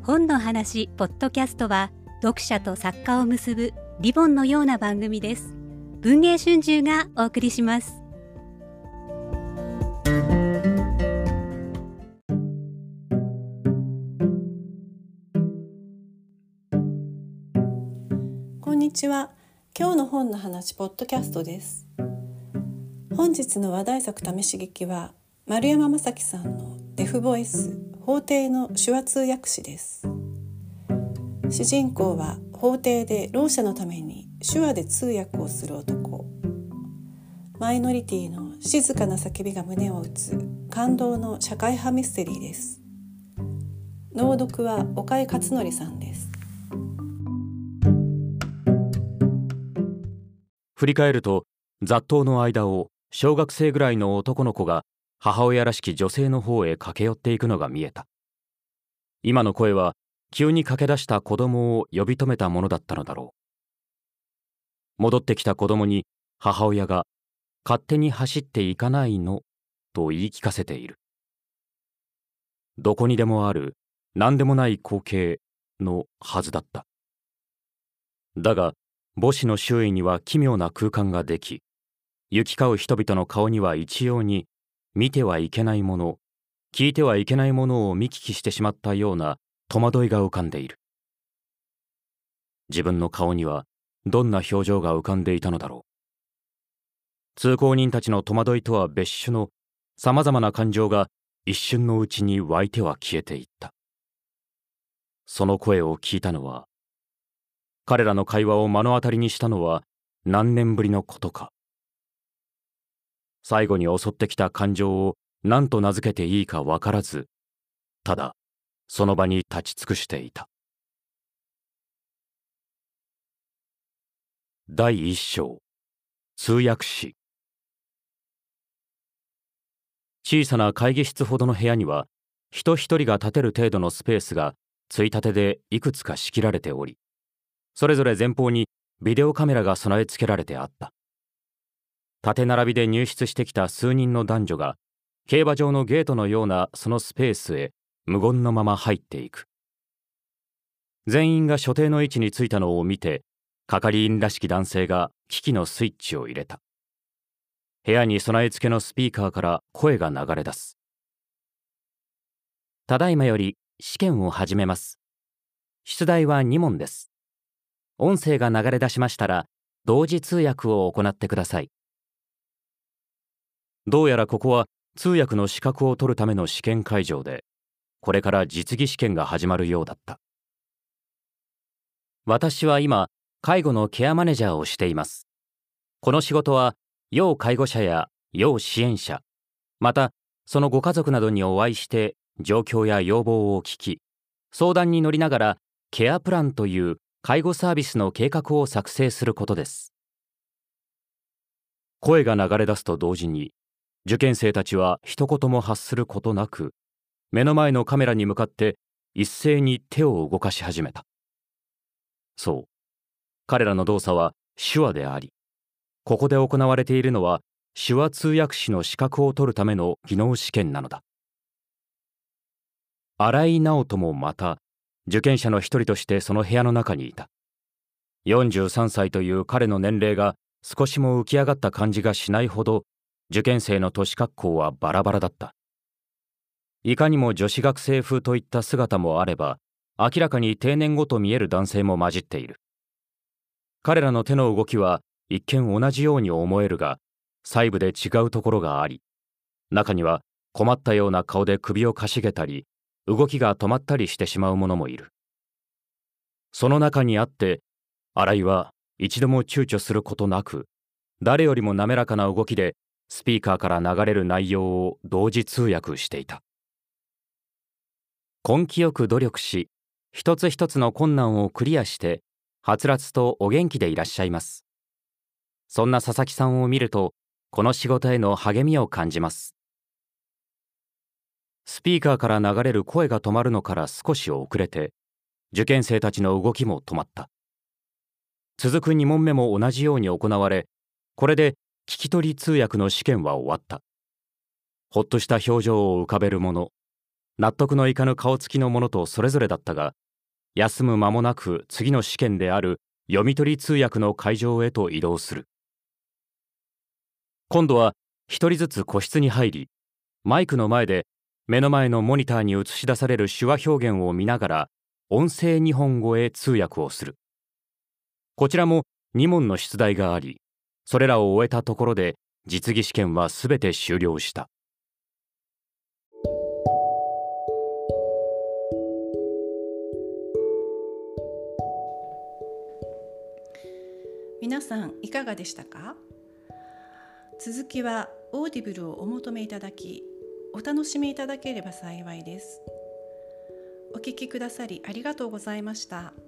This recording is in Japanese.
本の話ポッドキャストは読者と作家を結ぶリボンのような番組です。文藝春秋がお送りします。 こんにちは。今日の本の話ポッドキャストです。本日の話題作試し劇は丸山正樹さんのデフボイス法廷の手話通訳士です。主人公は法廷でろう者のために手話で通訳をする男。マイノリティの静かな叫びが胸を打つ感動の社会派ミステリーです。朗読は岡井勝則さんです。 振り返ると雑踏の間を小学生ぐらいの男の子が母親らしき女性の方へ駆け寄っていくのが見えた。今の声は急に駆け出した子供を呼び止めたものだったのだろう。戻ってきた子供に母親が勝手に走っていかないのと言い聞かせている。どこにでもある何でもない光景のはずだった。だが母子の周囲には奇妙な空間ができ、行き交う人々の顔には一様に見てはいけないもの、聞いてはいけないものを見聞きしてしまったような戸惑いが浮かんでいる。自分の顔にはどんな表情が浮かんでいたのだろう。通行人たちの戸惑いとは別種のさまざまな感情が一瞬のうちに湧いては消えていった。その声を聞いたのは、彼らの会話を目の当たりにしたのは何年ぶりのことか。最後に襲ってきた感情を何と名付けていいか分からず、ただその場に立ち尽くしていた。第一章、通訳士。小さな会議室ほどの部屋には、人一人が立てる程度のスペースがついたてでいくつか仕切られており、それぞれ前方にビデオカメラが備え付けられてあった。縦並びで入室してきた数人の男女が、競馬場のゲートのようなそのスペースへ無言のまま入っていく。全員が所定の位置についたのを見て、係員らしき男性が機器のスイッチを入れた。部屋に備え付けのスピーカーから声が流れ出す。ただいまより試験を始めます。出題は2問です。音声が流れ出しましたら、同時通訳を行ってください。どうやらここは通訳の資格を取るための試験会場で、これから実技試験が始まるようだった。私は今、介護のケアマネージャーをしています。この仕事は、要介護者や要支援者、またそのご家族などにお会いして状況や要望を聞き、相談に乗りながらケアプランという介護サービスの計画を作成することです。声が流れ出すと同時に、受験生たちは一言も発することなく、目の前のカメラに向かって一斉に手を動かし始めた。そう、彼らの動作は手話であり、ここで行われているのは手話通訳士の資格を取るための技能試験なのだ。新井直人もまた受験者の一人としてその部屋の中にいた。43歳という彼の年齢が少しも浮き上がった感じがしないほど、受験生の年格好はバラバラだった。いかにも女子学生風といった姿もあれば、明らかに定年後と見える男性も混じっている。彼らの手の動きは一見同じように思えるが、細部で違うところがあり、中には困ったような顔で首をかしげたり、動きが止まったりしてしまう者もいる。その中にあって、新井は一度も躊躇することなく、誰よりも滑らかな動きでスピーカーから流れる内容を同時通訳していた。根気よく努力し、一つ一つの困難をクリアして、はつらつとお元気でいらっしゃいます。そんな佐々木さんを見ると、この仕事への励みを感じます。スピーカーから流れる声が止まるのから少し遅れて、受験生たちの動きも止まった。続く2問目も同じように行われ、これで聞き取り通訳の試験は終わった。ほっとした表情を浮かべる者、 納得のいかぬ顔つきのものとそれぞれだったが、休む間もなく次の試験である読み取り通訳の会場へと移動する。今度は一人ずつ個室に入り、マイクの前で目の前のモニターに映し出される手話表現を見ながら音声日本語へ通訳をする。こちらも2問の出題があり、それらを終えたところで実技試験はすべて終了した。 皆さんいかがでしたか？続きはオーディブルをお求めいただき、お楽しみいただければ幸いです。お聞きくださりありがとうございました。